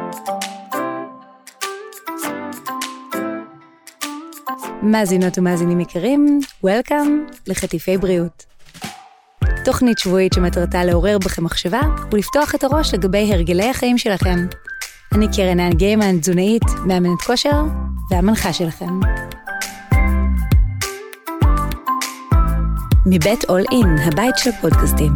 מאזינות ומאזינים יקרים, Welcome לחטיפי בריאות. תוכנית שבועית שמטרתה לעורר בכם מחשבה ולפתוח את הראש לגבי הרגלי החיים שלכם. אני קרן גיימן, תזונאית, מאמנת כושר והמנחה שלכם. מבית All In, הבית של הפודקאסטים.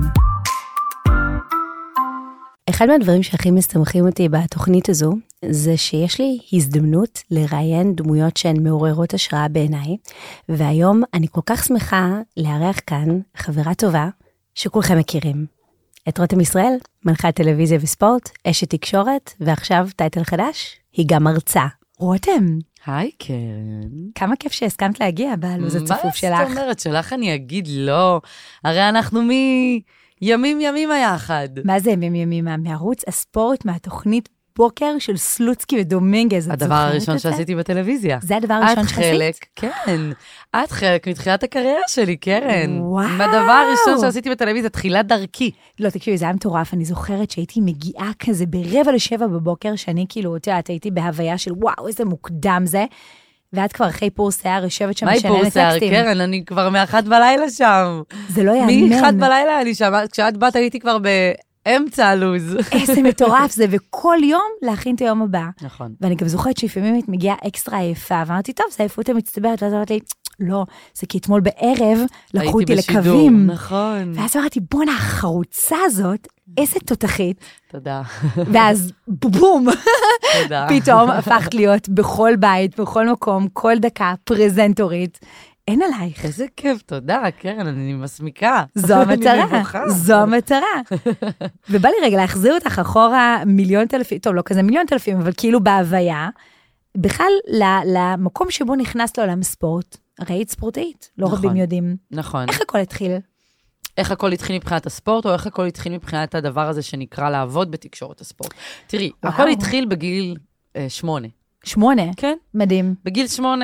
אחד מהדברים שהכי משמחים אותי בתוכנית הזו, זה שיש לי הזדמנות לראיין דמויות שהן מעוררות השראה בעיניי, והיום אני כל כך שמחה לארח כאן חברה טובה שכולכם מכירים. את רותם ישראל, מנחת טלוויזיה וספורט, אשת תקשורת, ועכשיו טייטל חדש, היא גם מרצה. רותם. היי קרן. כמה כיף שהסכמת להגיע בלוז הצפוף שלך. מה זאת אומרת? שלך אני אגיד לא. הרי אנחנו ימים היחד. מה זה ימים? מערוץ הספורט, מהתוכנית בוקר של סלוצקי ודומינגז. הדבר הראשון שעשיתי בטלוויזיה. זה הדבר הראשון שעשית? כן. את חלק מתחילת הקריירה שלי, קרן. וואו. הדבר הראשון שעשיתי בטלוויזיה, תחילת דרכי. לא, תקשיבי, זה היה מטורף. אני זוכרת שהייתי מגיעה כזה ב6:45 בבוקר, שאני כאילו, הייתי בהוויה של וואו, איזה מוקדם זה. ואת כבר אחרי פור שיער, יושבת שם משננת טקסטים. מה היא פור שיער, קרן? אני כבר מ1 בלילה שם. זה לא יאמן. מ1 בלילה אני שם. כשאת באת הייתי כבר באמצע הלוז. איזה מטורף זה, וכל יום להכין את היום הבא. נכון. ואני גם זוכרת שלפעמים את מגיעה אקסטרה עייפה, ואמרתי, טוב, זה עייפות המצטברת, ואז אמרתי לי, לא, זה כי אתמול בערב לקחו אותי לקווים. נכון. ואז אמרתי, בונה, החרוצה הזאת, איזה תותחית. תודה. ואז בום, תודה. פתאום הפכת להיות בכל בית, בכל מקום, כל דקה, פרזנטורית. אין עלייך. איזה כיף, תודה, קרן, אני מסמיקה. זו המטרה, זו המטרה. ובא לי רגע להחזיר אותך אחורה 1,000,000, טוב, לא כזה 1,000,000, אבל כאילו בהוויה, בכלל למקום שבו נכנס לעולם ספורט, הרי היית ספורטאית, לא רבים יודעים. נכון. איך הכל התחיל? איך הכל התחיל מבחינת הספורט, או איך הכל התחיל מבחינת הדבר הזה שנקרא לעבוד בתקשורת הספורט. תראי, הכל התחיל בגיל 8. 8? כן. מדהים. בגיל 8,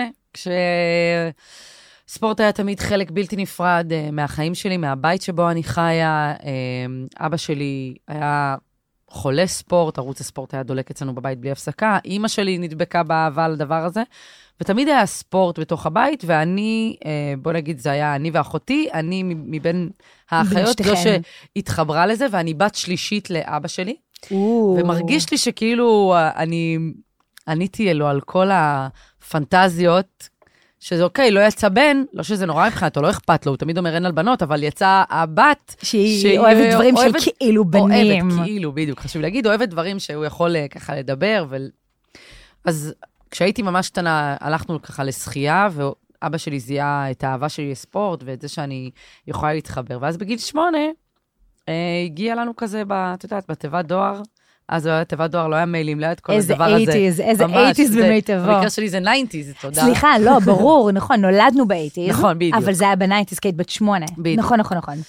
ספורט היה תמיד חלק בלתי נפרד מהחיים שלי, מהבית שבו אני חיה. אבא שלי היה חולה ספורט, ערוץ הספורט היה דולק אצלנו בבית בלי הפסקה. אמא שלי נדבקה באהבה לדבר הזה, ותמיד היה ספורט בתוך הבית, ואני, בוא נגיד, זה היה אני ואחותי, אני מבין האחיות, זו שהתחברה לזה, ואני בת שלישית לאבא שלי, ומרגיש לי שכאילו אני עניתי לו על כל הפנטזיות, שזה אוקיי, לא יצא בן, לא שזה נורא מבחינת, או לא אכפת לו, הוא תמיד אומר אין על בנות, אבל יצא הבת, שהיא אוהבת דברים של כאילו בנים. אוהבת כאילו, בדיוק, חשוב להגיד, אוהבת דברים שהוא יכול ככה לדבר, אז כשהייתי ממש קטנה, הלכנו ככה לשחייה, ואבא שלי זיהה את האהבה שלי לספורט, ואת זה שאני יכולה להתחבר, ואז בגיל 8, הגיע לנו כזה, את יודעת, בתיבת דואר, אז תיבת דואר לא היה מיילים, לא היה את כל הדבר הזה. איזה 80s במיטבו. במקרה שלי זה 90s, תודה. סליחה, לא, ברור, נכון, נולדנו ב-80s. נכון, בדיוק. אבל זה היה ב-90s, כי היית בת 8. בדיוק. נכון.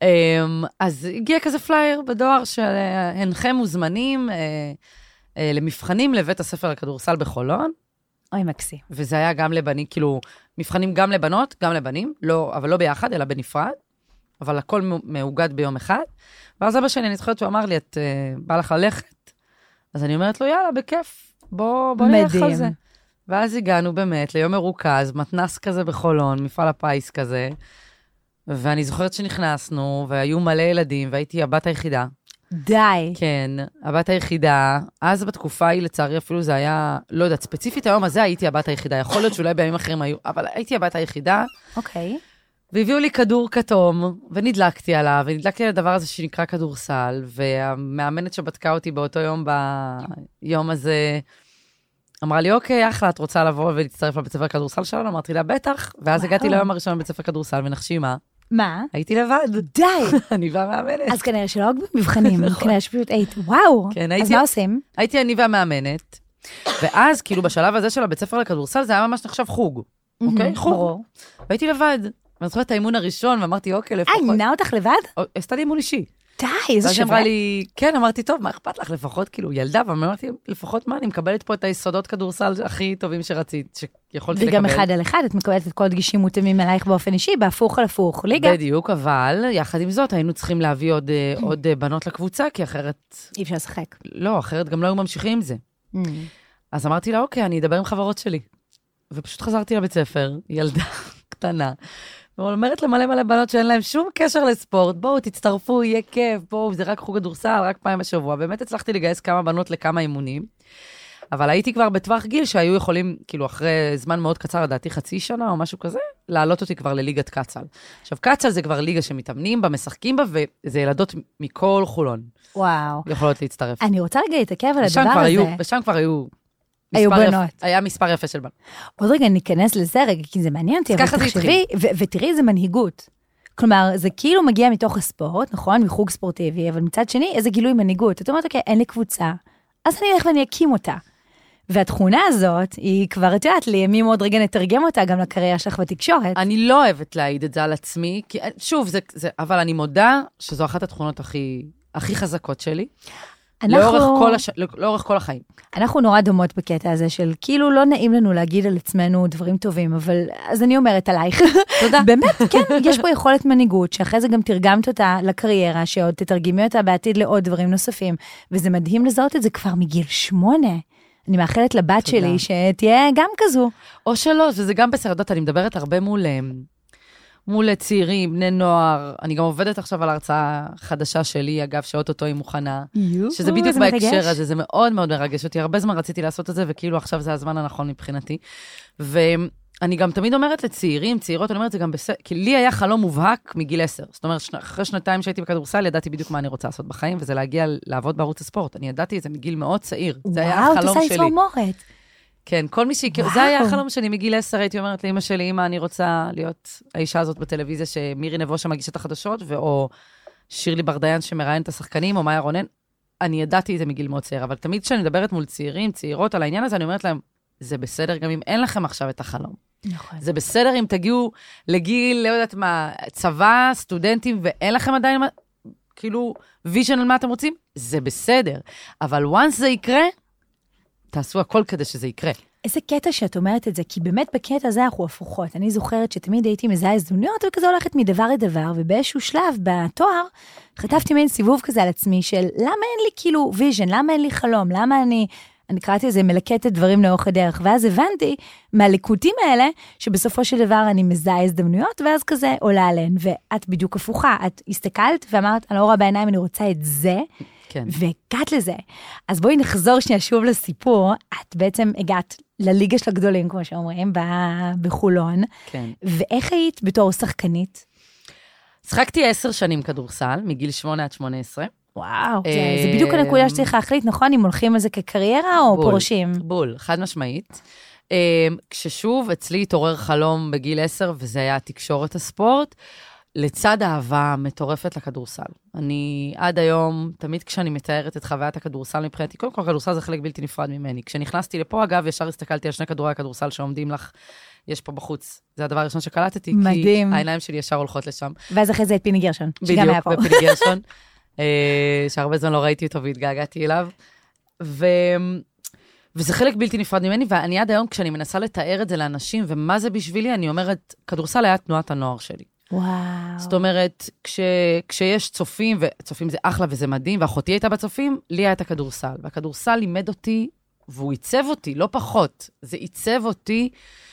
אז הגיע כזה פלייר בדואר, שהנכם מוזמנים למבחנים לבית הספר לכדורסל בחולון. אוי, מקסי. וזה היה גם לבנים, כאילו, מבחנים גם לבנות, גם לבנים, אבל לא ביחד, אלא בנפרד. אבל הכל מאוגד ביום אחד. ואז אבא שלי, אני זוכרת שהוא אמר לי, את בא לך ללכת? אז אני אומרת לו, יאללה, בכיף, בוא נלך על זה. ואז הגענו באמת ליום מרוכז, מתנס כזה בחולון, מפעל הפיס כזה, ואני זוכרת שנכנסנו, והיו מלא ילדים, והייתי הבת היחידה. די. כן, הבת היחידה, אז בתקופה היא לצערי אפילו זה היה, לא יודעת, ספציפית היום הזה הייתי הבת היחידה, יכול להיות שאולי בימים אחרים היו, אבל הייתי הבת היחידה. אוקיי. והביאו לי כדור כתום, ונדלקתי עליו, ונדלקתי על הדבר הזה שנקרא כדורסל, והמאמנת שבדקה אותי באותו יום, ביום הזה, אמרה לי, אוקיי, אחלה, את רוצה לבוא ולהצטרף לבית ספר כדורסל שלנו? אמרתי לה, בטח, ואז הגעתי ליום הראשון בבית ספר כדורסל, ונחשי מה? מה? הייתי לבד. די. אני והמאמנת. אז כנראה שלא רק במבחנים, כנראה שפשוט היית, וואו. אז מה עושים? הייתי אני והמאמנת, ואז כאילו בשלב הזה של הבית ספר לכדורסל, זה היה ממש נחשב חוג. אוקיי? חוג. והייתי לבד. ואני זוכרת את האימון הראשון, ואמרתי, אוקיי, לפחות... נמנה אותך לבד? עשתה לי אימון אישי. די, איזה שווה. ואז אמרה לי, כן, אמרתי, טוב, מה אכפת לך? לפחות, כאילו, ילדה, ואמרתי, לפחות מה, אני מקבלת פה את היסודות כדורסל הכי טובים שרצית, שיכולתי לקבל. וגם 1 על 1, את מקבלת את כל הדגישים מותאמים אלייך באופן אישי, בהפוך על הפוך, ליגה. בדיוק, אבל יחד עם זאת, היינו צריכים להביא עוד בנות לקבוצה, כי אחרת... אי אפשר לשחק. לא, אחרת גם לא היו ממשיכים עם זה. אז אמרתי לה, אוקיי, אני אדבר עם חברות שלי. ופשוט חזרתי לבית ספר, ילדה קטנה, ואומרת למלא בנות שאין להם שום קשר לספורט, בואו תצטרפו, יהיה כיף, בואו, זה רק חוג כדורסל, רק פעם בשבוע. באמת הצלחתי לגייס כמה בנות לכמה אימונים, אבל הייתי כבר בטווח גיל שהיו יכולים, כאילו אחרי זמן מאוד קצר, לדעתי חצי שנה או משהו כזה, להעלות אותי כבר לליגת קצל. עכשיו, קצל זה כבר ליגה שמתאמנים בה, משחקים בה, וזה ילדות מכל חולון. וואו. יכולות להצטרף. אני רוצה רגע להתעכב על הדבר הזה. ושם כבר היו בנות. היה מספר יפה של בנות. עוד רגע ניכנס לזה רגע, כי זה מעניין אותי, אבל תחשבי, ותראי, זה מנהיגות. כלומר, זה כאילו מגיע מתוך הספורט, נכון? מחוג ספורטיבי, אבל מצד שני, איזה גילוי מנהיגות. את אומרת, אוקיי, אין לי קבוצה, אז אני אלך ואני אקים אותה. והתכונה הזאת, היא כבר, את יודעת, לימים עוד רגע נתרגם אותה גם לקריירה שלך בתקשורת. אני לא אוהבת להעיד את זה על עצמי, כי שוב, אבל אני מודה שזו אחת התכונות הכי חזקות שלי. לאורך כל החיים. אנחנו נורא דומות בקטע הזה של כאילו לא נעים לנו להגיד על עצמנו דברים טובים, אבל אז אני אומרת עלייך. תודה. באמת, כן, יש פה יכולת מנהיגות, שאחרי זה גם תרגמת אותה לקריירה, שעוד תתרגמי אותה בעתיד לעוד דברים נוספים, וזה מדהים לזהות את זה כבר מגיל 8. אני מאחלת לבת שלי שתהיה גם כזו. או שלא, וזה גם בסרדות, אני מדברת הרבה מול צעירים, בני נוער. אני גם עובדת עכשיו על הרצאה חדשה שלי, אגב, שאוטוטו היא מוכנה. שזה בדיוק בהקשר הזה, זה מאוד מאוד מרגש אותי. הרבה זמן רציתי לעשות את זה, וכאילו עכשיו זה הזמן הנכון מבחינתי. ואני גם תמיד אומרת לצעירים, צעירות, אני אומרת זה גם בסדר, כי לי היה חלום מובהק מגיל 10. זאת אומרת, אחרי 2 שהייתי בכדורסל, ידעתי בדיוק מה אני רוצה לעשות בחיים, וזה להגיע לעבוד בערוץ הספורט. אני ידעתי את זה מגיל מאוד צעיר. זה היה החלום שלי. כן, כל מי שהכיר, זה היה החלום שלי מגיל 10, הייתי אומרת לאמא שלי, אמא, אני רוצה להיות האישה הזאת בטלוויזיה, שמירי נבושה מגישה את החדשות, או שירלי ברדיין שמראיין את השחקנים, או מאיה רונן. אני ידעתי את זה מגיל מאוד צעיר, אבל תמיד כשאני מדברת מול צעירים, צעירות על העניין הזה, אני אומרת להם, זה בסדר גם אם אין לכם עכשיו את החלום. נכון. זה בסדר אם תגיעו לגיל, לא יודעת מה, צבא, סטודנטים, ואין לכם עדיין, כאילו, ויז'ן על מה אתם רוצים, זה בסדר. אבל once זה יקרה, תעשו הכל כדי שזה יקרה. איזה קטע שאת אומרת את זה, כי באמת בקטע הזה אנחנו הפוכות. אני זוכרת שתמיד הייתי מזהה הזדמנויות, וכזה הולכת מדבר לדבר, ובאיזשהו שלב בתואר, חטפתי מין סיבוב כזה על עצמי, של למה אין לי כאילו ויז'ן, למה אין לי חלום, למה אני קראתי לזה מלקטת דברים לאורך הדרך, ואז הבנתי מהליקוטים האלה, שבסופו של דבר אני מזהה הזדמנויות, ואז כזה עולה עליהן, ואת בדיוק הפוכה, את הסתכלת ואמרת, אני לא רואה בעיניים, אני רוצה את זה, כן. והגעת לזה. אז בואי נחזור שנייה שוב לסיפור, את בעצם הגעת לליגה של הגדולים, כמו שאומרים, בחולון, כן. ואיך היית בתור שחקנית? שחקתי 10 שנים כדורסל, מגיל 8 עד 18. וואו, זה בדיוק הנקודה שצריך להחליט, נכון? אם הולכים על זה כקריירה או פורשים? בול, חד משמעית. כששוב, אצלי התעורר חלום בגיל 10, וזה היה תקשורת הספורט, לצד אהבה מטורפת לכדורסל. אני עד היום, תמיד כשאני מתארת את חוויית הכדורסל מבחינתי, קודם כל הכדורסל זה חלק בלתי נפרד ממני. כשנכנסתי לפה, אגב, ישר הסתכלתי על 2 כדורי הכדורסל שעומדים לך, יש פה בחוץ. זה הדבר הראשון שקלטתי, מדהים. כי העיניים שלי ישר הולכות לשם. ואז אחרי זה את פיני גרשון, שגם היה פה. בדיוק, ופיני גרשון, שהרבה זמן לא ראיתי אותו והתגעגעתי אליו. וזה חלק בלתי נפרד ממני, ואני עד היום, כשאני מנסה לתאר את זה לאנשים, ומה זה בשבילי, אני אומרת, כדורסל היה תנועת הנוער שלי. וואו. זאת אומרת, כשיש צופים, וצופים זה אחלה וזה מדהים, ואחותי הייתה בצופים, לי היה את הכדורסל. והכדורסל לימד אותי, והוא עיצב אותי, לא פחות. זה עיצב אותי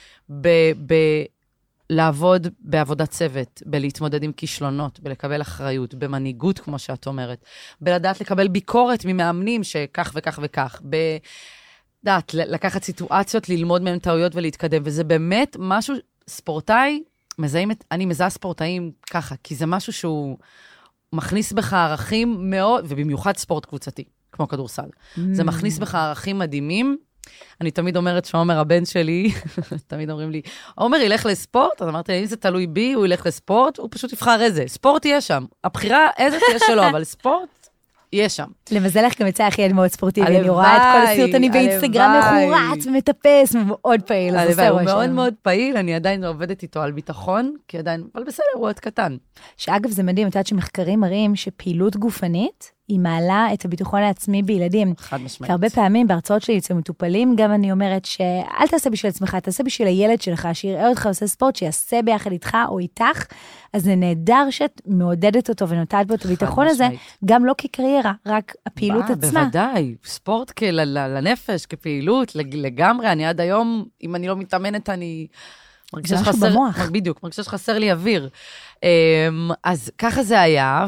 לעבוד בעבודת צוות, בלהתמודד עם כישלונות, בלקבל אחריות, במנהיגות, כמו שאת אומרת, בלדעת לקבל ביקורת ממאמנים שכך וכך וכך, בדעת, לקחת סיטואציות, ללמוד מהם טעויות ולהתקדם, וזה באמת משהו, ספורטאי, אני מזהה ספורטאים ככה, כי זה משהו שהוא מכניס בך ערכים מאוד, ובמיוחד ספורט קבוצתי, כמו כדורסל. זה מכניס בך ערכים מדהימים. אני תמיד אומרת שעומר הבן שלי, תמיד אומרים לי, עומר ילך לספורט, אז אמרתי, אם זה תלוי בי, הוא ילך לספורט, הוא פשוט יבחר איזה. ספורט יהיה שם. הבחירה איזה תהיה שלו, אבל ספורט יהיה שם. למזלך גם יצא הכי מאוד ספורטיבי, אני רואה את כל הסרטונים באינסטגרם מחורץ ומטפס, מאוד פעיל, אז עושה הוא רושם. מאוד מאוד פעיל, אני עדיין עובדת איתו על ביטחון, כי עדיין, אבל בסדר, הוא עוד קטן. שאגב זה מדהים, את יודעת שמחקרים מראים שפעילות גופנית היא מעלה את הביטחון העצמי בילדים. חד משמעית. והרבה פעמים בהרצאות שלי אצל מטופלים, גם אני אומרת שאל תעשה בשביל עצמך, תעשה בשביל הילד שלך, שיראה אותך עושה ספורט, שיעשה ביחד איתך או איתך, אז זה נהדר שאת מעודדת אותו ונותנת בו את הביטחון הזה, גם לא כקריירה, רק הפעילות עצמה. בוודאי, ספורט לנפש, כפעילות, לגמרי, אני עד היום, אם אני לא מתאמנת, אני מרגישה שחסר, בדיוק, מרגישה שחסר לי אוויר. אז ככה זה היה,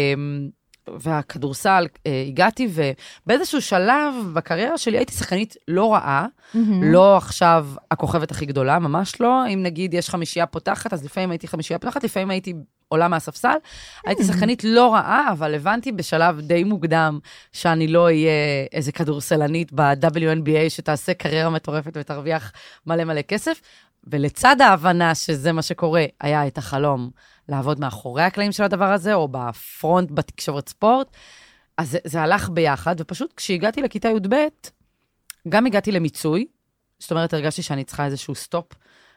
והכדורסל, הגעתי, ובאיזשהו שלב בקריירה שלי הייתי שחקנית לא רעה, לא עכשיו הכוכבת הכי גדולה, ממש לא. אם נגיד יש 5 פותחת, אז לפעמים הייתי 5 פותחת, לפעמים הייתי עולה מהספסל. הייתי שחקנית לא רעה, אבל הבנתי בשלב די מוקדם שאני לא אהיה איזה כדורסלנית ב-WNBA שתעשה קריירה מטורפת ותרוויח מלא מלא כסף. ולצד ההבנה שזה מה שקורה, היה את החלום לעבוד מאחורי הקלעים של הדבר הזה, או בפרונט בתקשורת ספורט, אז זה הלך ביחד, ופשוט כשהגעתי לכיתה י"ב, גם הגעתי למיצוי, זאת אומרת, הרגשתי שאני צריכה איזשהו סטופ,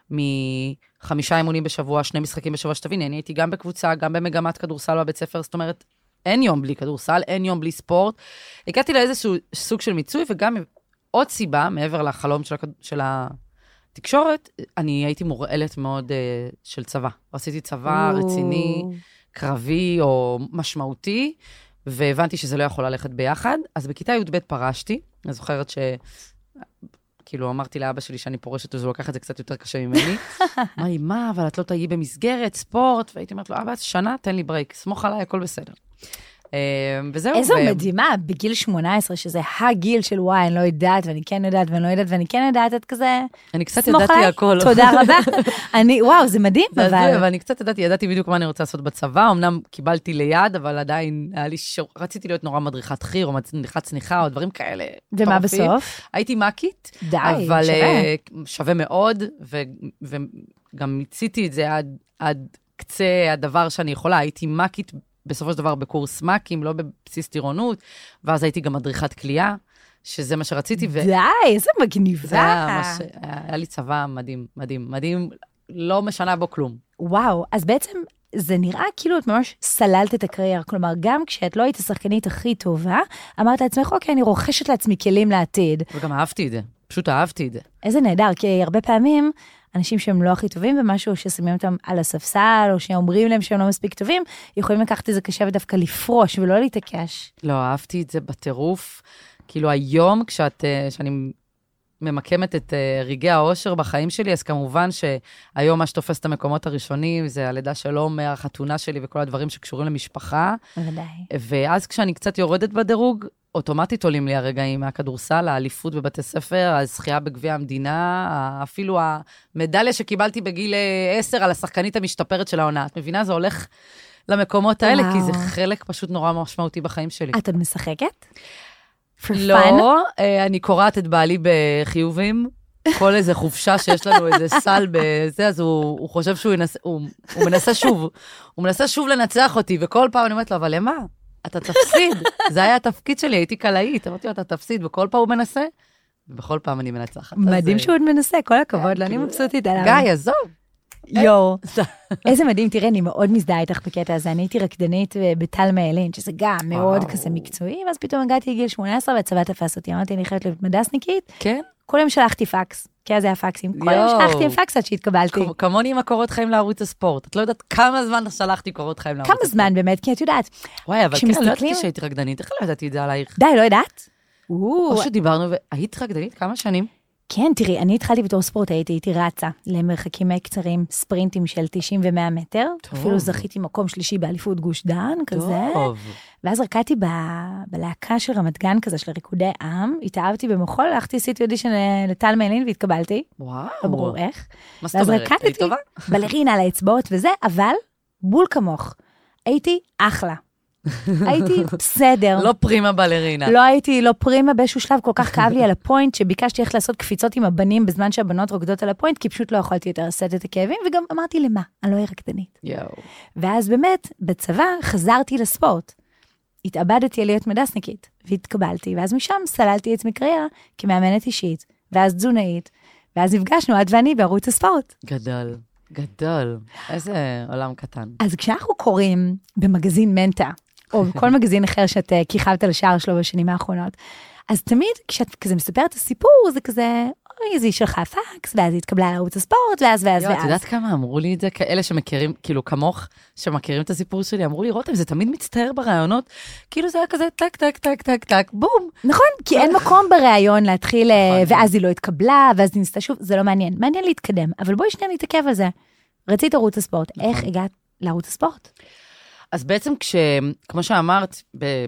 מ5 אימונים בשבוע, 2 משחקים בשבוע, שתבין, אני הייתי גם בקבוצה, גם במגמת כדורסל בבית ספר, זאת אומרת, אין יום בלי כדורסל, אין יום בלי ספורט, הגעתי לאיזשהו סוג של מיצוי, וגם עוד סיבה, מעבר לחלום של תקשורת, אני הייתי מורעלת מאוד של צבא. עשיתי צבא רציני, קרבי או משמעותי, והבנתי שזה לא יכול ללכת ביחד. אז בכיתה י"ב פרשתי, אני זוכרת כאילו אמרתי לאבא שלי שאני פורשת, אז הוא לקח את זה קצת יותר קשה ממני. אמר לי, מה, אבל את לא תהיי במסגרת, ספורט, והייתי אומרת לו, אבא, שנה, תן לי ברייק, סמוך עליי, הכל בסדר. וזהו. איזו מדהימה, בגיל 18, שזה הגיל של וואי, אני לא יודעת, ואני כן יודעת, ואני לא יודעת, ואני כן יודעת, את כזה... אני קצת ידעתי הכל. תודה רבה. וואו, זה מדהים, אבל אני קצת ידעתי בדיוק מה אני רוצה לעשות בצבא, אמנם קיבלתי ליד, אבל עדיין רציתי להיות נורא מדריכת חיר, או מדריכת צניחה, או דברים כאלה. ומה בסוף? הייתי מקית, אבל שווה מאוד, וגם מיציתי את זה עד קצה הדבר שאני יכולה, הייתי מקית בסופו של דבר בקורס מקים, לא בבסיס טירונות, ואז הייתי גם מדריכת קליעה, שזה מה שרציתי. די, איזה מגניבה. היה לי צבא מדהים, מדהים, מדהים, לא משנה בו כלום. וואו, אז בעצם זה נראה כאילו את ממש סללת את הקריירה, כלומר, גם כשאת לא היית השחקנית הכי טובה, אמרת לעצמך, אוקיי, אני רוכשת לעצמי כלים לעתיד. וגם אהבתי את זה, פשוט אהבתי את זה. איזה נהדר, כי הרבה פעמים אנשים שהם לא הכי טובים במשהו, ששמים אותם על הספסל, או שאומרים להם שהם לא מספיק טובים, יכולים לקחת את זה קשה ודווקא לפרוש, ולא להתעקש. לא, אהבתי את זה בטירוף. כאילו היום, כשאני ממקמת את רגעי האושר בחיים שלי, אז כמובן שהיום מה שתופס את המקומות הראשונים, זה הלידה שלו, מהחתונה שלי וכל הדברים שקשורים למשפחה. בוודאי. ואז כשאני קצת יורדת בדירוג, אוטומטית עולים לי הרגעים מהכדורסל, האליפות בבתי ספר, הזכייה בגביע המדינה, אפילו המדליה שקיבלתי בגיל 10 על השחקנית המשתפרת של העונה. את מבינה? זה הולך למקומות האלה, כי זה חלק פשוט נורא משמעותי בחיים שלי. את עוד משחקת? לא, אני קוראת את בעלי בחיובים, כל איזה חופשה שיש לנו איזה סל בזה, אז הוא חושב שהוא מנסה שוב לנצח אותי, וכל פעם אני אומרת לו, אבל למה? אתה תפסיד, זה היה התפקיד שלי, הייתי קלעית, אמרתי לו, אתה תפסיד, וכל פעם הוא מנסה, ובכל פעם אני מנצחת. מדהים שהוא עוד מנסה, כל הכבוד, אני מבסוטית עליו. גיא, עזוב. יו, איזה מדהים, תראה, אני מאוד מזדהה איתך בקטע הזה, אני הייתי רקדנית בטל מאלין, שזה גם מאוד כזה מקצועי, ואז פתאום הגעתי לגיל 18, והצבא תפס אותי, אמרתי, אני חייבת להיות מדסניקית, כן? כל יום שלחתי פקס, כי אז היה פקסים, כל יום שלחתי עם פקס עד שהתקבלתי. כמוני עם הקורות חיים לערוץ הספורט, את לא יודעת כמה זמן שלחתי קורות חיים לערוץ הספורט. כמה זמן באמת, כי את יודעת. וואי, אבל כן, לא ידעתי שהייתי רקדנית, איך לא ידעתי את זה עלייך? די, לא יודעת? או שדיברנו, והיית רקדנית כמה שנים? כן, תראי, אני התחלתי בתור ספורט, הייתי רצה למרחקים קצרים, ספרינטים של 90 ו-100 מטר, אפילו זכיתי מקום שלישי באליפות גוש דן, כזה, ואז רקדתי בלהקה של רמת גן כזה, של ריקודי עם, התאהבתי במחול, הלכתי, עשיתי אודישן לטל מאלין והתקבלתי, וואו, לא ברור איך, מה זאת אומרת, היית טובה? בלרינה על האצבעות וזה, אבל בול כמוך, הייתי אחלה. הייתי בסדר. לא פרימה בלרינה. לא הייתי, לא פרימה באיזשהו שלב, כל כך כאב לי על הפוינט, שביקשתי איך לעשות קפיצות עם הבנים, בזמן שהבנות רוקדות על הפוינט, כי פשוט לא יכולתי יותר לשאת את הכאבים, וגם אמרתי למה, אני לא אהיה רקדנית. ואז באמת, בצבא, חזרתי לספורט. התאבדתי על להיות מדסניקית, והתקבלתי, ואז משם סללתי עצמי קריירה, כמאמנת אישית, ואז תזונאית, ואז נפגשנו, את ואני בערוץ הספורט. גדול. גדול. איזה עולם קטן. אז כשאנחנו קוראים במגזין מנטה, או בכל מגזין אחר שאת כיכבת לשער שלו בשנים האחרונות. אז תמיד כשאת כזה מספרת את הסיפור, זה כזה, אוי, זה שלך פאקס, ואז היא התקבלה לערוץ הספורט, ואז. את יודעת כמה אמרו לי את זה? כאלה שמכירים, כאילו כמוך, שמכירים את הסיפור שלי, אמרו לי, רותם, זה תמיד מצטער ברעיונות, כאילו זה היה כזה טק, טק, טק, טק, טק, בום. נכון, כי אין מקום ברעיון להתחיל, ואז היא לא התקבלה, ואז היא נסתה שוב, זה לא מעניין. מעניין להתקדם, אבל בואי שנייה נתעכב על זה. רצית ערוץ הספורט, איך הגעת לערוץ הספורט? אז בעצם כמו שאמרת,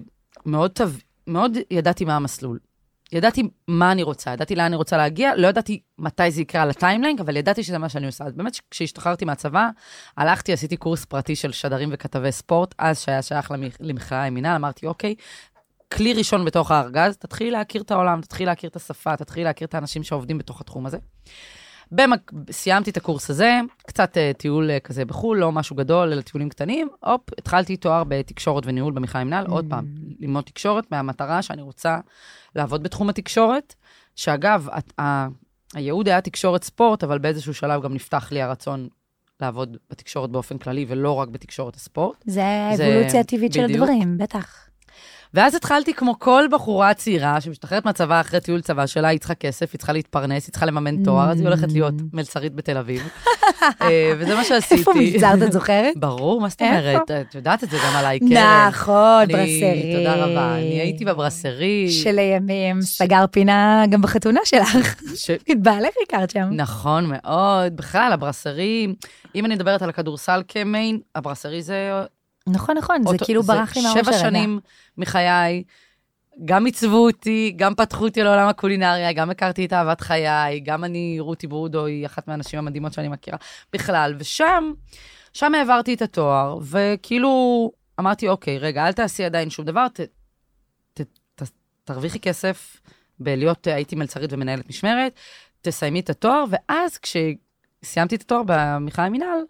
מאוד ידעתי מה המסלול. ידעתי מה אני רוצה, ידעתי לאן אני רוצה להגיע, לא ידעתי מתי זה יקרה על הטיימליינג, אבל ידעתי שזה מה שאני עושה. אז באמת, כשהשתחררתי מהצבא, הלכתי, עשיתי קורס פרטי של שדרים וכתבי ספורט, אז שהיה שייך למכללה ימינה, אמרתי, אוקיי, כלי ראשון בתוך הארגז, תתחילי להכיר את העולם, תתחילי להכיר את השפה, תתחילי להכיר את האנשים שעובדים בתוך התחום הזה. סיימתי את הקורס הזה, קצת טיול כזה בחול, לא משהו גדול, אלא טיולים קטנים, התחלתי תואר בתקשורת וניהול במכללה ימנהל, עוד פעם, ללמוד תקשורת מהמטרה שאני רוצה לעבוד בתחום התקשורת, שאגב, הייעוד היה תקשורת ספורט, אבל באיזשהו שלב גם נפתח לי הרצון לעבוד בתקשורת באופן כללי, ולא רק בתקשורת הספורט. זה האבולוציה הטבעית של הדברים, בטח. ואז התחלתי כמו כל בחורה צעירה, שמשתחררת מהצבא אחרי טיול צבא שלה, היא צריכה כסף, היא צריכה להתפרנס, היא צריכה לממן תואר, אז היא הולכת להיות מלצרית בתל אביב. וזה מה שעשיתי. איפה מבצרת, את זוכרת? ברור, מה זאת אומרת? את יודעת את זה גם עליי, קרן. נכון, ברסרי. תודה רבה. אני הייתי בברסרי. שלימים סגר פינה גם בחתונה שלך. את בעלך הכרת שם. נכון מאוד. בכלל, הברסרי, אם אני מדברת על הכדורסל כמיין, הברסרי זה... נכון, זה כאילו ברח לי מהראש הרגע. 7 שנים מחיי, גם עיצבו אותי, גם פתחו אותי לעולם הקולינריה, גם הכרתי את אהבת חיי, גם אני, רותי ברודו, היא אחת מהאנשים המדהימות שאני מכירה בכלל, ושם העברתי את התואר, וכאילו אמרתי, אוקיי, רגע, אל תעשי עדיין שום דבר, תרוויחי כסף בלהיות, הייתי מלצרית ומנהלת משמרת, תסיימי את התואר, ואז כשסיימתי את התואר במכללה המינהל,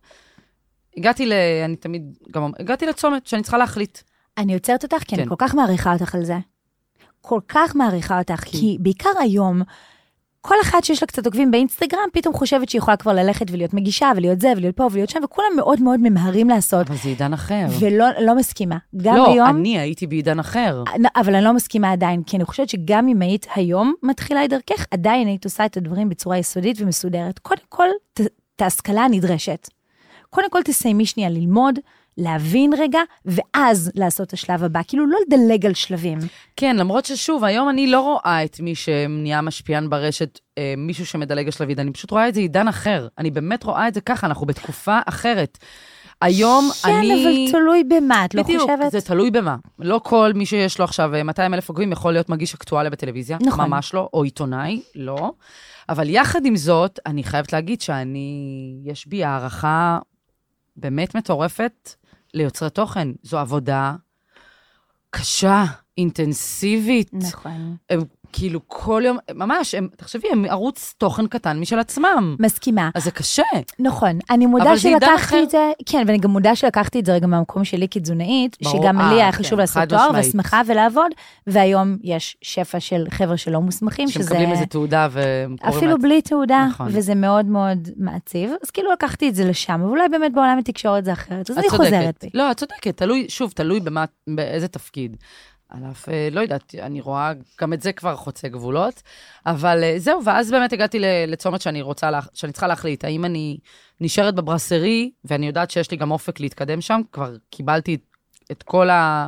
הגעתי לצומת שאני צריכה להחליט. אני יוצרת אותך, כי אני כל כך מעריכה אותך על זה. כל כך מעריכה אותך, כי בעיקר היום, כל אחת שיש לה קצת עוקבים באינסטגרם, פתאום חושבת שהיא יכולה כבר ללכת ולהיות מגישה, ולהיות זה, ולהיות פה, ולהיות שם, וכולם מאוד מאוד ממהרים לעשות. אבל זה עידן אחר. ולא מסכימה. לא, אני הייתי בעידן אחר. אבל אני לא מסכימה עדיין, כי אני חושבת שגם אם היית היום מתחילה את דרכך, עדיין היית עושה את הדברים בצורה יסודית ומסודרת. קודם כל, את ההשכלה הנדרשת. קודם כל תסיימי שנייה ללמוד, להבין רגע, ואז לעשות את השלב הבא. כאילו לא לדלג על שלבים. כן, למרות ששוב, היום אני לא רואה את מי שנהיה משפיען ברשת, מישהו שמדלג על שלבים. אני פשוט רואה את זה עידן אחר. אני באמת רואה את זה ככה, אנחנו בתקופה אחרת. היום כן, אבל תלוי במה, את לא חושבת? בדיוק, זה תלוי במה. לא כל מי שיש לו עכשיו 200,000 עוקבים יכול להיות מגיש אקטואליה בטלוויזיה. נכון. ממש לא, או עיתונאי, לא. אבל יחד עם זאת, אני חייבת להגיד יש בי הערכה באמת מטורפת ליוצרי תוכן. זו עבודה קשה, אינטנסיבית. נכון. הם כאילו כל יום, ממש, תחשבי, הם ערוץ תוכן קטן משל עצמם. מסכימה. אז זה קשה. נכון. אני מודה שלקחתי את זה, כן, ואני גם מודה שלקחתי את זה רגע מהמקום שלי כתזונאית, שגם לי היה חשוב לעשות תואר ושמחה ולעבוד, והיום יש שפע של חבר'ה שלא מוסמכים, שמקבלים איזה תעודה אפילו בלי תעודה, וזה מאוד מאוד מעציב. אז כאילו לקחתי את זה לשם, ואולי באמת בעולם התקשורת זה אחרת, אז אני חוזרת בי. לא, את צודקת, תלוי באיזה תפקיד. עליו, לא יודעת, אני רואה, גם את זה כבר חוצה גבולות, אבל זהו, ואז באמת הגעתי לצומת שאני צריכה להחליט, האם אני נשארת בברסרי, ואני יודעת שיש לי גם אופק להתקדם שם, כבר קיבלתי את כל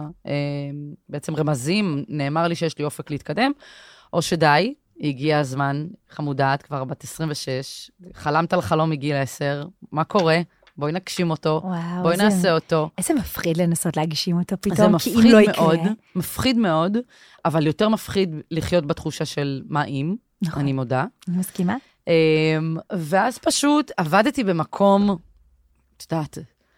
בעצם רמזים, נאמר לי שיש לי אופק להתקדם, או שדי, הגיע הזמן, חמודה, את כבר בת 26, חלמת על חלום מגיל 10, מה קורה? בואי נגשים אותו, וואו, בואי נעשה אותו. איזה מפחיד לנסות להגשים אותו פתאום, כי אם לא יקרה. מפחיד מאוד, אבל יותר מפחיד לחיות בתחושה של מה אם, נכון. אני מודה. אני מסכימה. ואז פשוט עבדתי במקום, את יודעת,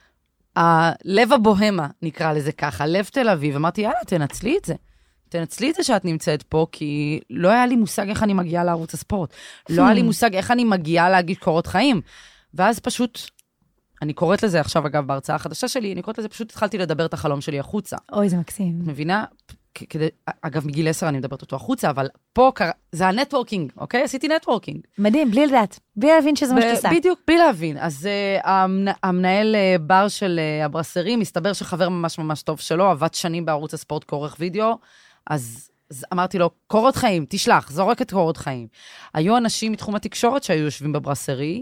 הלב הבוהמה, נקרא לזה ככה, לב תל אביב, אמרתי, יאללה, תנצלי את זה. תנצלי את זה שאת נמצאת פה, כי לא היה לי מושג איך אני מגיעה לערוץ הספורט. לא היה לי מושג איך אני מגיעה להגיש קורות חיים. ואז פשוט... אני קוראת לזה עכשיו, אגב, בהרצאה החדשה שלי, אני קוראת לזה, פשוט התחלתי לדבר את החלום שלי החוצה. אוי, זה מקסים. את מבינה? אגב, מגיל 10 אני מדברת אותו החוצה, אבל פה זה הנטוורקינג, אוקיי? עשיתי נטוורקינג. מדהים, בלי לדעת, בלי להבין שזה מה שתעשה. בדיוק, בלי להבין. אז המנהל בר של הברסרי, מסתבר שחבר ממש ממש טוב שלו, עבד שנים בערוץ הספורט כעורך וידאו, אז אמרתי לו, קורות חיים, תשלח, זורק את קורות חיים. היו אנשים מתחום התקשורת שהיו יושבים בברסרי,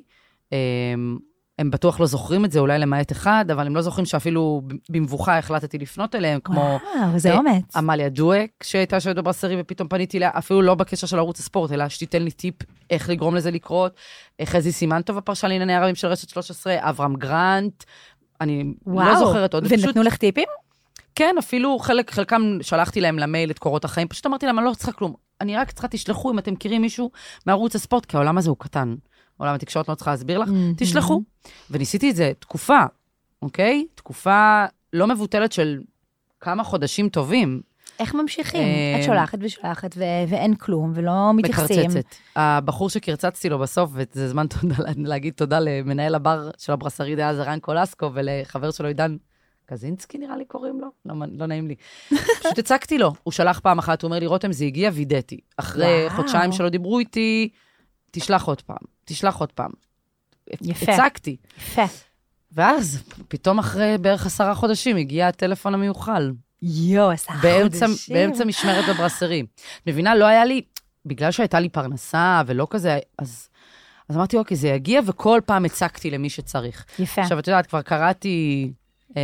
הם בטוח לא זוכרים את זה, אולי למעט אחד, אבל הם לא זוכרים שאפילו במבוכה החלטתי לפנות אליהם, כמו... וואו, זה אומץ. עמליה דואק, שהייתה שואלת בברסרי, ופתאום פניתי לה, אפילו לא בקשר של ערוץ הספורט, אלא שתיתן לי טיפ איך לגרום לזה לקרות, חזי סימנטוב, הפרשן לענייני ערבים של רשת 13, אברהם גרנט, אני לא זוכרת עוד. ונתנו לך טיפים? כן, אפילו חלקם שלחתי להם למייל את קורות החיים, פשוט אמרתי להם, אני לא צריכה כלום, אני רק צריכה תשלחו אם אתם מכירים מישהו מערוץ הספורט, כי העולם הזה הוא קטן. עולם התקשורת לא צריכה להסביר לך, תשלחו. וניסיתי את זה תקופה, אוקיי? תקופה לא מבוטלת של כמה חודשים טובים. איך ממשיכים? את שולחת ושולחת ואין כלום ולא מתייחסים. מקרצצת. הבחור שקרצצתי לו בסוף, וזה זמן להגיד תודה למנהל הבר של הברסרי דאז רן קולסקו, ולחבר שלו עידן קזינסקי נראה לי קוראים לו, לא נעים לי. פשוט הצקתי לו, הוא שלח פעם אחת, הוא אומר לי, רותם, זה הגיע, וידאתי. אחרי חודשיים שלא דיברו איתי, תשלח עוד פעם. יפה. הצקתי. יפה. ואז, פתאום אחרי בערך 10 חודשים, הגיע הטלפון המיוחל. 10 חודשים. באמצע משמרת בברסרי. מבינה, לא היה לי, בגלל שהייתה לי פרנסה ולא כזה, אז אמרתי, אוקיי, זה יגיע, וכל פעם הצקתי למי שצריך. יפה. עכשיו, את יודעת, כבר קראתי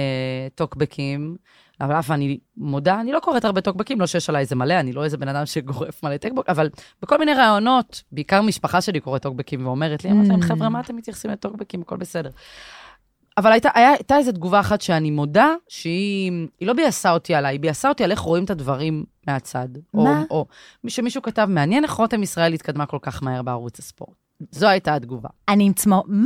טוקבקים, אבל אף אני מודה, אני לא קוראת הרבה טוקבקים, לא שיש עליי איזה מלא, אני לא איזה בן אדם שגורף מלא טוקבק, אבל בכל מיני רעיונות, בעיקר משפחה שלי קוראת טוקבקים ואומרת לי, אמרת להם, חבר'ה, מה אתם מתייחסים לטוקבקים? הכל בסדר. אבל הייתה איזו תגובה אחת שאני מודה, שהיא לא ביאסה אותי עליי, היא ביאסה אותי על איך רואים את הדברים מהצד. מה? או שמישהו כתב, מעניין איך רותם ישראל התקדמה כל כך מהר בערוץ הספורט. זו הייתה התגובה. אני עם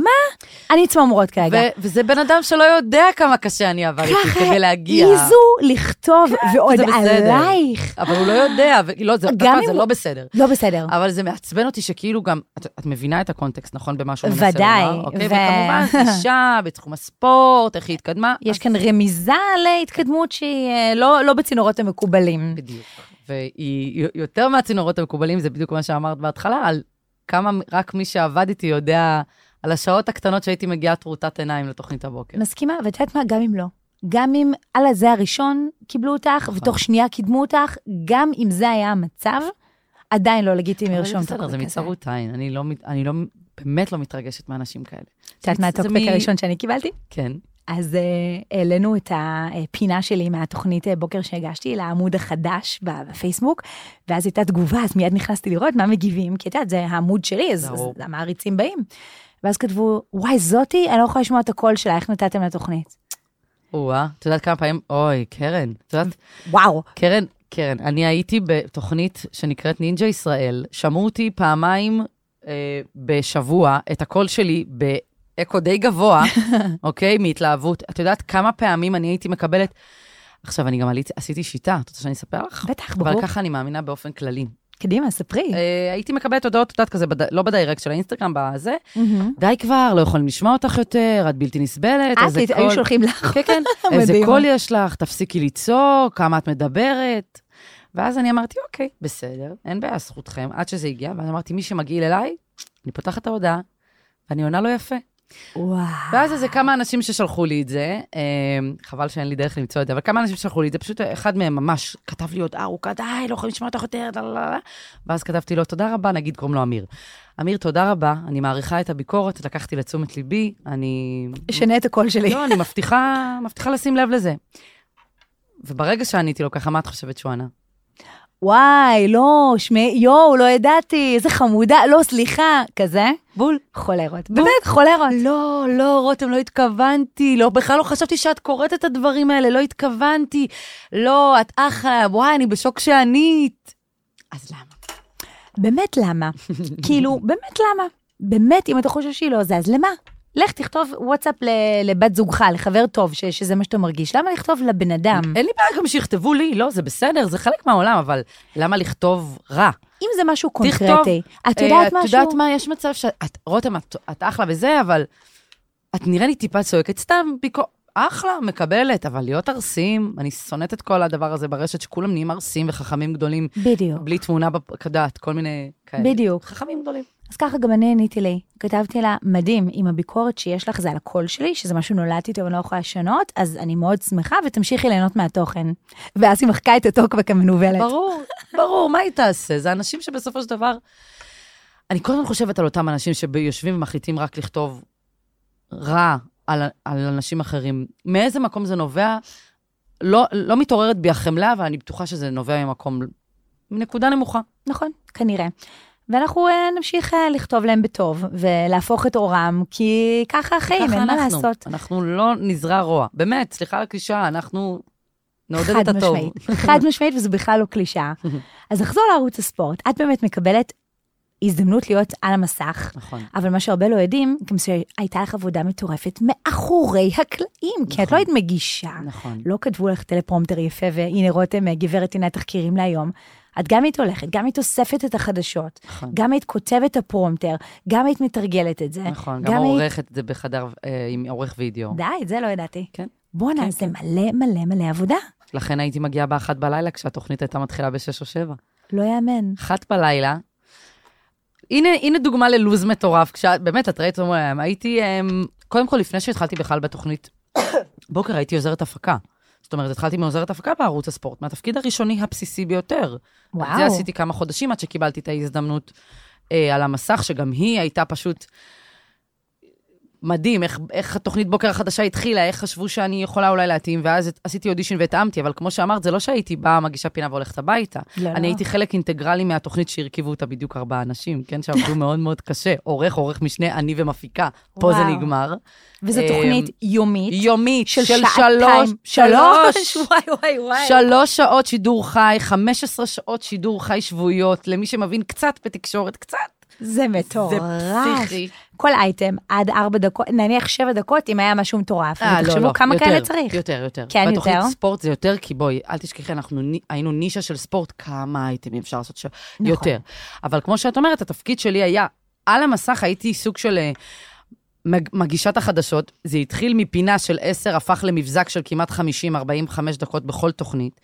צמרמורות כרגע. וזה בן אדם שלא יודע כמה קשה אני עברתי כדי להגיע. ככה העיזו לכתוב ועוד עלייך. אבל הוא לא יודע, זה לא בסדר. לא בסדר. אבל זה מעצבן אותי שכאילו גם, את מבינה את הקונטקסט, נכון? במה שהוא מנסה ודאי. לומר. וכמובן, אישה בתחום הספורט, איך היא התקדמה. יש כאן רמיזה להתקדמות שהיא לא בצינורות המקובלים. בדיוק. והיא יותר מהצינורות המקובלים, זה בדיוק מה שאמרת בהתחלה, על כמה רק מי שעבד איתי יודע על השעות הקטנות שהייתי מגיעה טרוטת עיניים לתוכנית הבוקר. מסכימה, ואת יודעת מה? גם אם לא. גם אם על הזה הראשון קיבלו אותך, ותוך שנייה קידמו אותך, גם אם זה היה המצב, עדיין לא לגיטימי לרשום את בסדר, זה מצרות עין. אני באמת לא מתרגשת מאנשים כאלה. את יודעת מה הטוקבק הראשון שאני קיבלתי? כן. אז העלינו את הפינה שלי מהתוכנית בוקר שהגשתי לעמוד החדש בפייסבוק, ואז הייתה תגובה, אז מיד נכנסתי לראות מה מגיבים, כי את יודעת, זה העמוד שלי, אז המעריצים באים. ואז כתבו, וואי, זאתי, אני לא יכולה לשמוע את הקול שלה, איך נתתם לתוכנית? את יודעת כמה פעמים, אוי, קרן, את יודעת? וואו. קרן, אני הייתי בתוכנית שנקראת נינג'ה ישראל, שמעו אותי פעמיים בשבוע את הקול שלי אקו די גבוה, אוקיי, מהתלהבות. את יודעת כמה פעמים אני הייתי מקבלת, עכשיו אני גם עשיתי שיטה, את רוצה שאני אספר לך? בטח, ברור. אבל ככה אני מאמינה באופן כללי. קדימה, ספרי. הייתי מקבלת הודעות, את יודעת כזה, לא בדיירקט של האינסטגרם, בזה, די כבר, לא יכולים לשמוע אותך יותר, את בלתי נסבלת. היו שולחים לך. כן, כן, איזה קול יש לך, תפסיקי לצעוק, כמה את מדברת. ואז אני אמרתי, אוקיי, בסדר, אין בעיה, זכותכם, עד שזה הגיע, ואז אמרתי, מי שמגיע אליי, אני פותחת את ההודעה, ואני עונה לו יפה. ואז איזה כמה אנשים ששלחו לי את זה, חבל שאין לי דרך למצוא את זה, אבל כמה אנשים ששלחו לי את זה, פשוט אחד מהם ממש כתב לי עוד ארוכה, די, לא יכולים לשמוע אותך יותר, ואז כתבתי לו, תודה רבה, נגיד, קוראים לו אמיר. אמיר, תודה רבה, אני מעריכה את הביקורת, לקחתי לתשומת ליבי, אני... אשנה את הקול שלי. לא, אני מבטיחה לשים לב לזה. וברגע שעניתי לו ככה, מה את חושבת שהוא ענה? וואי, לא, לא ידעתי, איזה חמודה, לא, סליחה, כזה. בול. חולרות. באמת, חולרות. לא, רותם, לא התכוונתי, לא, בכלל לא חשבתי שאת קוראת את הדברים האלה, לא התכוונתי, לא, את אחלה, וואי, אני בשוק שענית. אז למה? באמת למה? כאילו, באמת למה? באמת, אם אתה חושב שהיא לא זה, אז למה? לך תכתוב וואטסאפ לבת זוגך, לחבר טוב, שזה מה שאתה מרגיש. למה לכתוב לבן אדם? אין לי בעיה גם שיכתבו לי, לא, זה בסדר, זה חלק מהעולם, אבל למה לכתוב רע? אם זה משהו קונקרטי, את יודעת משהו? את יודעת מה, יש מצב שאת, רותם, את אחלה וזה, אבל את נראה לי טיפה צועקת, סתם אחלה, מקבלת, אבל להיות ארסים, אני שונאת את כל הדבר הזה ברשת, שכולם נהיים ארסים וחכמים גדולים. בדיוק. בלי תמונה בקדעת, כל מיני כאלה. בדיוק. חכמים גדולים. אז ככה גם אני עניתי לי, כתבתי לה, מדהים, אם הביקורת שיש לך זה על הקול שלי, שזה משהו נולדתי איתו ואני לא יכולה לשנות, אז אני מאוד שמחה ותמשיכי ליהנות מהתוכן. ואז היא מחקה את הטוקבק המנובלת. ברור, מה היא תעשה? זה אנשים שבסופו של דבר, אני כל הזמן חושבת על אותם אנשים שיושבים ומחליטים רק לכתוב רע על אנשים אחרים. מאיזה מקום זה נובע? לא מתעוררת בי החמלה, אבל אני בטוחה שזה נובע ממקום, מנקודה נמוכה. נכון, כנראה. ואנחנו נמשיך לכתוב להם בטוב, ולהפוך את אורם, כי ככה החיים, אין מה לעשות. אנחנו לא נזרע רוע. באמת, סליחה על הקלישה, אנחנו נעודד את הטוב. חד משמעית, וזו בכלל לא קלישה. אז נחזור לערוץ הספורט. את באמת מקבלת הזדמנות להיות על המסך, נכון. אבל מה שהרבה לא יודעים, גם שהייתה לך עבודה מטורפת מאחורי הקלעים, נכון. כי את לא היית מגישה. נכון. לא כתבו לך טלפרומטר יפה, והנה רותם, גברת, הנה תחקירים להיום. את גם היית הולכת, גם היית אוספת את החדשות, נכון. גם היית כותבת את הפרומטר, גם היית מתרגלת את זה. נכון, גם עורכת את זה בחדר עם עורך וידאו. די, את זה לא ידעתי. כן. בוא'נה, זה מלא מלא מלא עבודה. לכן הייתי מגיעה ב1 בלילה, כשהתוכנית הייתה מתחילה ב6 או 7. לא יאמן. 1 בלילה. הנה דוגמה ללוז מטורף, באמת, את ראית, הייתי, קודם כל, לפני שהתחלתי בכלל בתוכנית, בוקר הייתי עוזרת הפקה. זאת אומרת, התחלתי מעוזרת הפקה בערוץ הספורט, מהתפקיד הראשוני הבסיסי ביותר. וואו. זה עשיתי כמה חודשים עד שקיבלתי את ההזדמנות על המסך, שגם היא הייתה פשוט מדהים, איך התוכנית בוקר החדשה התחילה, איך חשבו שאני יכולה אולי להתאים, ואז עשיתי אודישן והתאמתי, אבל כמו שאמרת, זה לא שהייתי באה, מגישה פינה והולכת הביתה. לא. אני הייתי חלק אינטגרלי מהתוכנית שהרכיבו אותה בדיוק 4 אנשים, כן? שעבדו מאוד מאוד קשה. עורך משנה, אני ומפיקה. פה זה נגמר. וזו תוכנית יומית. יומית. של 3 וואי. 3 שעות שידור חי, 15 שעות שידור חי שבועיות, למי שמבין קצת בתקשורת, קצת. זה מטורף. זה פסיכי. כל אייטם עד 4 דקות, נניח 7 דקות, אם היה משהו מטורף. תחשבו כמה כאלה צריך. יותר. כן, יותר. בתוכנית ספורט זה יותר, כי בואי, אל תשכחי, אנחנו היינו נישה של ספורט, כמה אייטמים אפשר לעשות יותר. אבל כמו שאת אומרת, התפקיד שלי היה, על המסך הייתי סוג של מגישת החדשות, זה התחיל מפינה של 10, הפך למבזק של כמעט 50-45 דקות בכל תוכנית,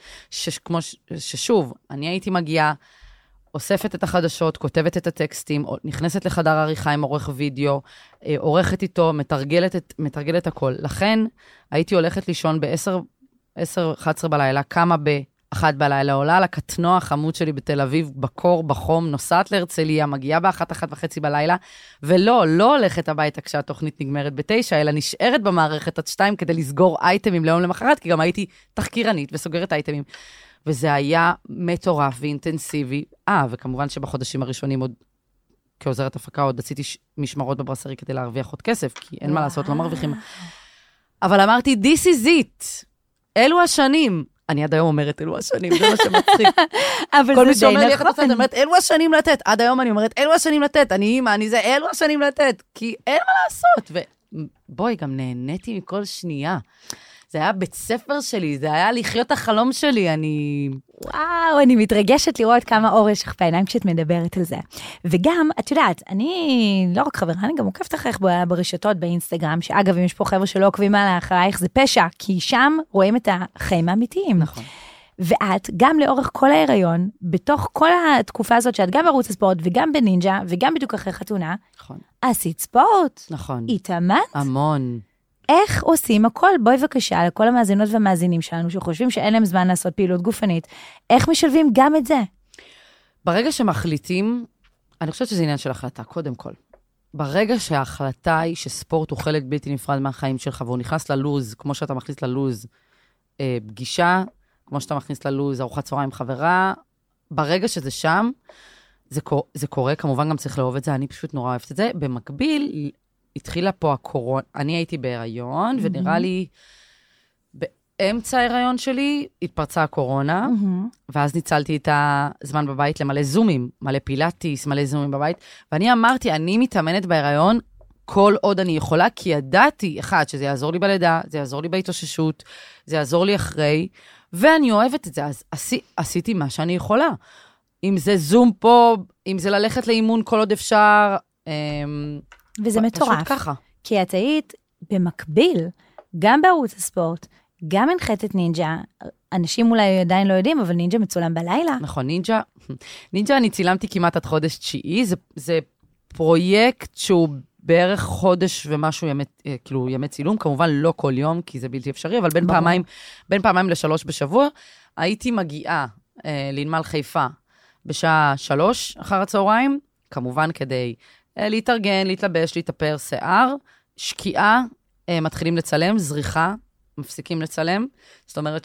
ששוב, אני הייתי מגיעה, אוספת את החדשות, כותבת את הטקסטים, נכנסת לחדר העריכה עם עורך וידאו, עורכת איתו, מתרגלת הכל. לכן הייתי הולכת לישון ב-10-11 בלילה, קמה ב-1 בלילה, עולה על הקטנוע החמוד שלי בתל אביב, בקור, בחום, נוסעת להרצליה, מגיעה ב-1-1:30 בלילה, לא הולכת הביתה כשהתוכנית נגמרת ב-9, אלא נשארת במערכת עד 2 כדי לסגור אייטמים ליום למחרת, כי גם הייתי תחקירנית וסוגרת אייטמים. וזה היה מטורף ואינטנסיבי. וכמובן שבחודשים הראשונים עוד, כעוזרת הפקה, עוד עשיתי משמרות בברסרי כדי להרוויח עוד כסף, כי אין מה לעשות, לא מרוויחים. אבל אמרתי, this is it. אלו השנים. אני עד היום אומרת, אלו השנים, זה מה שמצחיק. כל מי שאומר לי איך את עושה, אני אומרת, אלו השנים לתת. עד היום אני אומרת, אלו השנים לתת. אני אימא, אני זה, אלו השנים לתת. כי אין מה לעשות. ובואי, גם נהניתי מכל שנייה. זה היה בית ספר שלי, זה היה לחיות החלום שלי, וואו, אני מתרגשת לראות כמה אור יש לך בעיניים כשאת מדברת על זה. וגם, את יודעת, אני לא רק חברה, אני גם עוקבת אחריך ברשתות, באינסטגרם, שאגב, אם יש פה חבר'ה שלא עוקבים אחרייך, זה פשע, כי שם רואים את החיים האמיתיים. נכון. ואת, גם לאורך כל ההיריון, בתוך כל התקופה הזאת, שאת גם בערוץ הספורט, וגם בנינג'ה, וגם בדיוק אחרי חתונה, נכון. עשית ספורט. נכון. התאמנת. המון. איך עושים הכל? בואי בבקשה, לכל המאזינות והמאזינים שלנו, שחושבים שאין להם זמן לעשות פעילות גופנית, איך משלבים גם את זה? ברגע שמחליטים, אני חושבת שזה עניין של החלטה, קודם כל. ברגע שההחלטה היא שספורט הוא חלק בלתי נפרד מהחיים שלך, והוא נכנס ללוז, כמו שאתה מכניס ללוז פגישה, כמו שאתה מכניס ללוז ארוחת צהריים חברה, ברגע שזה שם, זה קורה, כמובן גם צריך לאהוב את זה, אני פשוט נורא אוהבת את זה. במקביל, התחילה פה הקורונה, אני הייתי בהיריון, ונראה לי, באמצע ההיריון שלי, התפרצה הקורונה, ואז ניצלתי את הזמן בבית למלא זומים, מלא פילאטיס, מלא זומים בבית, ואני אמרתי, אני מתאמנת בהיריון, כל עוד אני יכולה, כי ידעתי, אחד, שזה יעזור לי בלידה, זה יעזור לי בהתאוששות, זה יעזור לי אחרי, ואני אוהבת את זה, אז עשיתי מה שאני יכולה. אם זה זום פה, אם זה ללכת לאימון כל עוד אפשר, וזה מטורף. פשוט ככה. כי את היית במקביל גם בערוץ הספורט, גם הנחית את נינג'ה, אנשים אולי עדיין לא יודעים, אבל נינג'ה מצולם בלילה. נכון, נינג'ה אני צילמתי כמעט עד חודש 9, זה פרויקט שהוא בערך חודש ומשהו ימי צילום, כמובן לא כל יום, כי זה בלתי אפשרי, אבל בין פעמיים ל3 בשבוע, הייתי מגיעה לנמל חיפה בשעה 3 אחר הצהריים, כמובן כדי להתארגן, להתלבש, להתאפר, שיער, שקיעה, מתחילים לצלם, זריחה, מפסיקים לצלם, זאת אומרת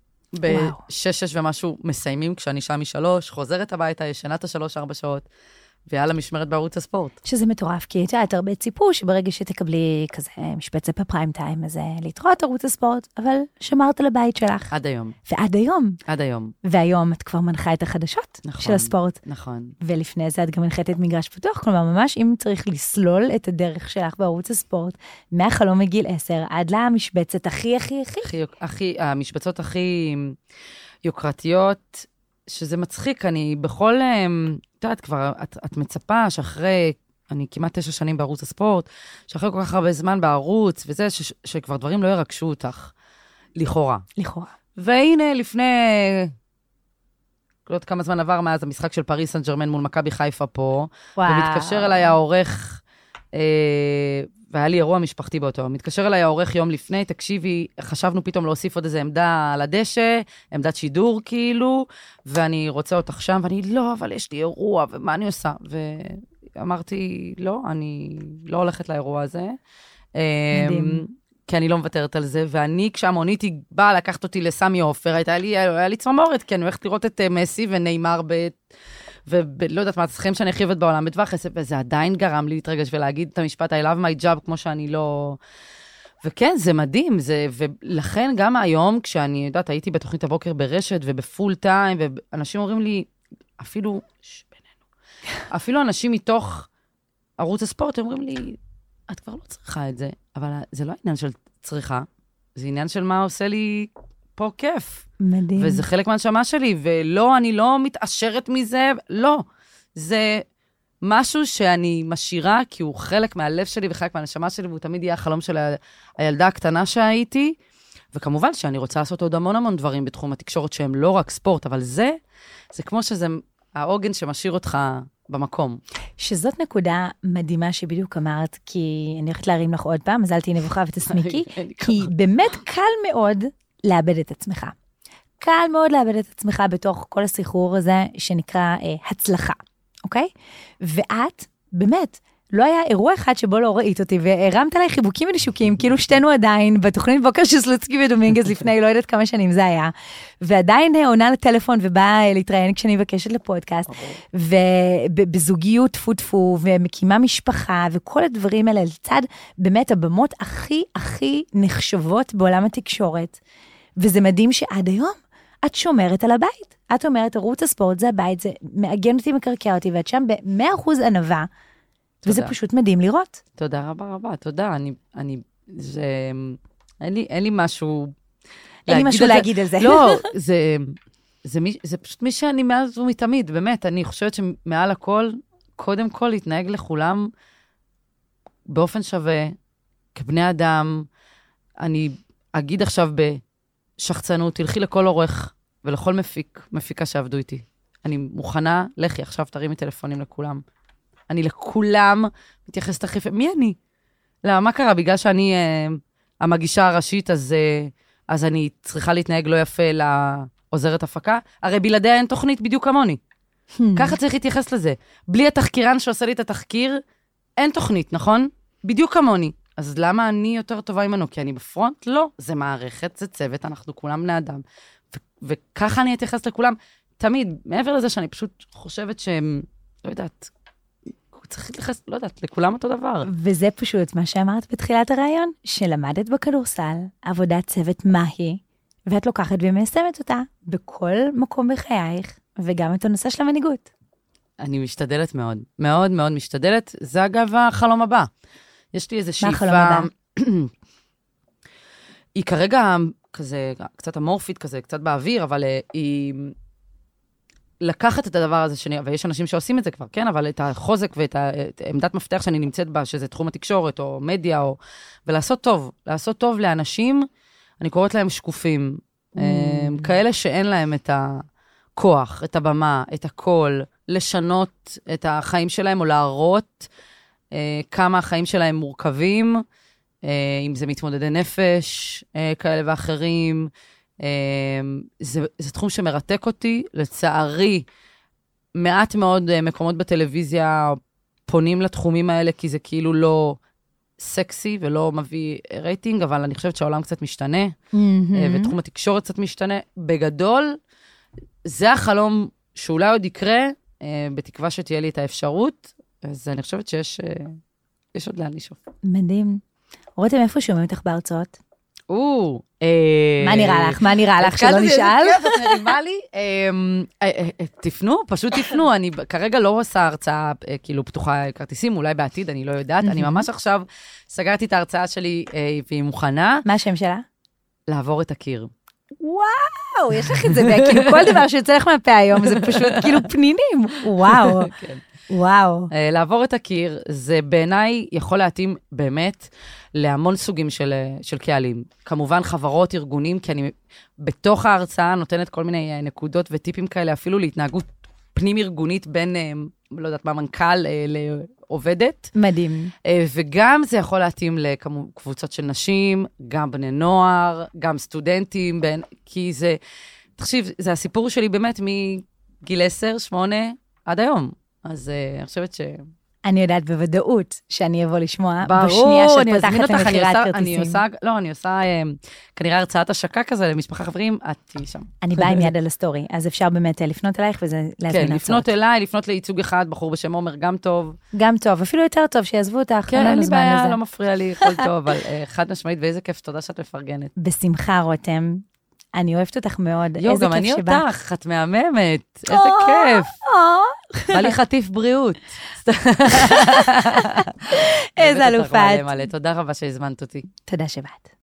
ב6 ומשהו מסיימים, כשאני שם מ3, חוזרת הביתה, ישנת 3-4 שעות, ויאללה משמרת בערוץ הספורט. שזה מטורף, כי את הרבה ציפו שברגע שתקבלי כזה משבצת בפריים טיים, אז להתראות ערוץ הספורט, אבל שמרת על הבית שלך. עד היום. ועד היום. עד היום. והיום את כבר מנחה את החדשות של הספורט. נכון. ולפני זה את גם הנחית את מגרש פתוח, כלומר ממש אם צריך לסלול את הדרך שלך בערוץ הספורט, מהחלום מגיל 10 עד למשבצת הכי. המשבצות הכי יוקרתיות, שזה מצחיק, אני בכל, את יודעת, כבר, את מצפה שאחרי, אני כמעט 9 שנים בערוץ הספורט, שאחרי כל כך הרבה זמן בערוץ, וזה, שכבר דברים לא ירגשו אותך, לכאורה. והנה, לפני, לא יודעת כמה זמן עבר מאז המשחק של פריס סן ז'רמן מול מכבי חיפה פה, ומתקשר אליי העורך, והיה לי אירוע משפחתי באותו, מתקשר אליי העורך יום לפני, תקשיבי, חשבנו פתאום להוסיף עוד איזה עמדה על הדשא, עמדת שידור כאילו, ואני רוצה אותך שם, ואני לא, אבל יש לי אירוע, ומה אני עושה? ואמרתי, לא, אני לא הולכת לאירוע הזה. מדהים. כי אני לא מוותרת על זה, ואני, כשהמונית היא באה לקחת אותי לסמי עופר, היה לי צמרמורת, כי אני הולכת לראות את מסי וניימר ולא יודעת מה, צריכים שאני חיבת בעולם בטווח, וזה עדיין גרם לי להתרגש ולהגיד את המשפט, I love my job, כמו שאני לא... וכן, זה מדהים, ולכן גם היום, כשאני יודעת, הייתי בתוכנית הבוקר ברשת ובפול טיים, ואנשים אומרים לי, אפילו, בינינו, אפילו אנשים מתוך ערוץ הספורט, אומרים לי, את כבר לא צריכה את זה, אבל זה לא עניין של צריכה, זה עניין של מה עושה לי פה כיף. מדהים. וזה חלק מהנשמה שלי, ולא, אני לא מתעשרת מזה, לא. זה משהו שאני משאירה, כי הוא חלק מהלב שלי וחלק מהנשמה שלי, והוא תמיד יהיה החלום של הילדה הקטנה שהייתי, וכמובן שאני רוצה לעשות עוד המון דברים בתחום התקשורת, שהם לא רק ספורט, אבל זה כמו שזה העוגן שמשאיר אותך במקום. שזאת נקודה מדהימה שבדיוק אמרת, כי אני הולכת להרים לך עוד פעם, אז אל תהי נבוכה ותסמיקי, כי באמת קל מאוד לאבד את עצמך. קל מאוד לאבד את עצמך בתוך כל הסחרור הזה שנקרא הצלחה, אוקיי? ואת, באמת, לא היה אירוע אחד שבו לא ראית אותי, והרמת עליי חיבוקים ונשוקים, כאילו שתינו עדיין, בתוכנית בוקר של סלוצקי ודומינגז לפני, לא יודעת כמה שנים זה היה, ועדיין עונה לטלפון ובאה להתראיין כשאני מבקשת לפודקאסט, ובזוגיות טפו-טפו, ומקימה משפחה, וכל הדברים האלה לצד, באמת הבמות הכי נחשבות בעולם התקשורת, וזה מדהים שעד היום את שומרת על הבית. את אומרת, ערוץ הספורט זה הבית, זה מעגן אותי, מקרקע אותי, ואת שם ב100% ענווה, וזה פשוט מדהים לראות. תודה רבה, תודה. אין לי משהו... אין לי משהו להגיד על זה. לא, זה פשוט מי שאני מאז ומתמיד, באמת. אני חושבת שמעל הכל, קודם כל להתנהג לכולם באופן שווה, כבני אדם. אני אגיד עכשיו בשחצנות, תלכי לכל עורך ולכל מפיקה שעבדו איתי. אני מוכנה, לכי, עכשיו תרימי טלפונים לכולם. אני לכולם מתייחסת הכי... מי אני? למה, מה קרה? בגלל שאני המגישה הראשית, אז אני צריכה להתנהג לא יפה לעוזרת הפקה? הרי בלעדיה אין תוכנית בדיוק כמוני. ככה צריך להתייחס לזה. בלי התחקירן שעושה לי את התחקיר, אין תוכנית, נכון? בדיוק כמוני. אז למה אני יותר טובה ממנו? כי אני בפרונט? לא. זה מערכת, זה צוות, אנחנו כולם בני אדם. וככה אני אתייחס לכולם. תמיד, מעבר לזה שאני פשוט חושבת שהם, לא יודעת, צריך להתייחס, לא יודעת, לכולם אותו דבר. וזה פשוט מה שאמרת בתחילת הרעיון, שלמדת בכדורסל, עבודת צוות מהי, ואת לוקחת ומיישמת אותה בכל מקום בחייך, וגם את הנושא של המנהיגות. אני משתדלת מאוד, מאוד מאוד משתדלת. זה אגב החלום הבא. יש לי איזו שאיפה... מה החלום הבא? היא כרגע כזה, קצת אמורפית כזה, קצת באוויר, אבל היא... לקחת את הדבר הזה ויש אנשים שעושים את זה כבר, כן, אבל את החוזק ואת עמדת מפתח שאני נמצאת בה, שזה תחום התקשורת או מדיה, ולעשות טוב, לעשות טוב לאנשים, אני קוראת להם שקופים, כאלה שאין להם את הכוח, את הבמה, את הכל, לשנות את החיים שלהם, או להראות כמה החיים שלהם מורכבים, אם זה מתמודדי נפש, כאלה ואחרים, זה תחום שמרתק אותי, לצערי, מעט מאוד מקומות בטלוויזיה פונים לתחומים האלה, כי זה כאילו לא סקסי ולא מביא רייטינג, אבל אני חושבת שהעולם קצת משתנה, ותחום התקשורת קצת משתנה. בגדול, זה החלום שאולי עוד יקרה, בתקווה שתהיה לי את האפשרות, אז אני חושבת שיש עוד לאן לשאוף. מדהים. רותם, איפה שומעים אותך בהרצאות? מה נראה לך? מה נראה לך שלא נשאל? תפנו, פשוט תפנו. אני כרגע לא עושה הרצאה כאילו פתוחה כרטיסים, אולי בעתיד, אני לא יודעת. אני ממש עכשיו סגרתי את ההרצאה שלי והיא מוכנה. מה השם שלה? לעבור את הקיר. וואו, יש לך את זה, כאילו כל דבר שיוצא לך מהפה היום, זה פשוט כאילו פנינים. וואו. וואו. לעבור את הקיר, זה בעיניי יכול להתאים באמת להמון סוגים של קהלים. כמובן חברות, ארגונים, כי אני בתוך ההרצאה נותנת כל מיני נקודות וטיפים כאלה, אפילו להתנהגות פנים-ארגונית בין, לא יודעת מה, מנכ"ל לעובדת. מדהים. וגם זה יכול להתאים לקבוצות של נשים, גם בני נוער, גם סטודנטים, כי זה, תחשיב, זה הסיפור שלי באמת מגיל 10, 8 עד היום. אז אני חושבת ש... אני יודעת בוודאות שאני אבוא לשמוע. ברור, אני אזמין אותך, אני עושה כנראה הרצאת השקה כזה למשפחה חברים, את תהיי שם. אני באה עם יד על הסטורי, אז אפשר באמת לפנות אלייך וזה להזמין הרצאות. כן, לפנות אליי, לפנות לייצוג אחד, בחור בשם עומר, גם טוב. גם טוב, אפילו יותר טוב, שיעזבו אותך. כן, אין לי בעיה, לא מפריע לי, הכל טוב, אבל חד משמעית, ואיזה כיף, תודה שאת מפרגנת. בשמחה, רותם. אני אוהבת אותך מאוד. גם אני אותך, את מהממת. איזה כיף. בא לי חטיף בריאות. איזה אלופה את. תודה רבה שהזמנת אותי. תודה שבאת.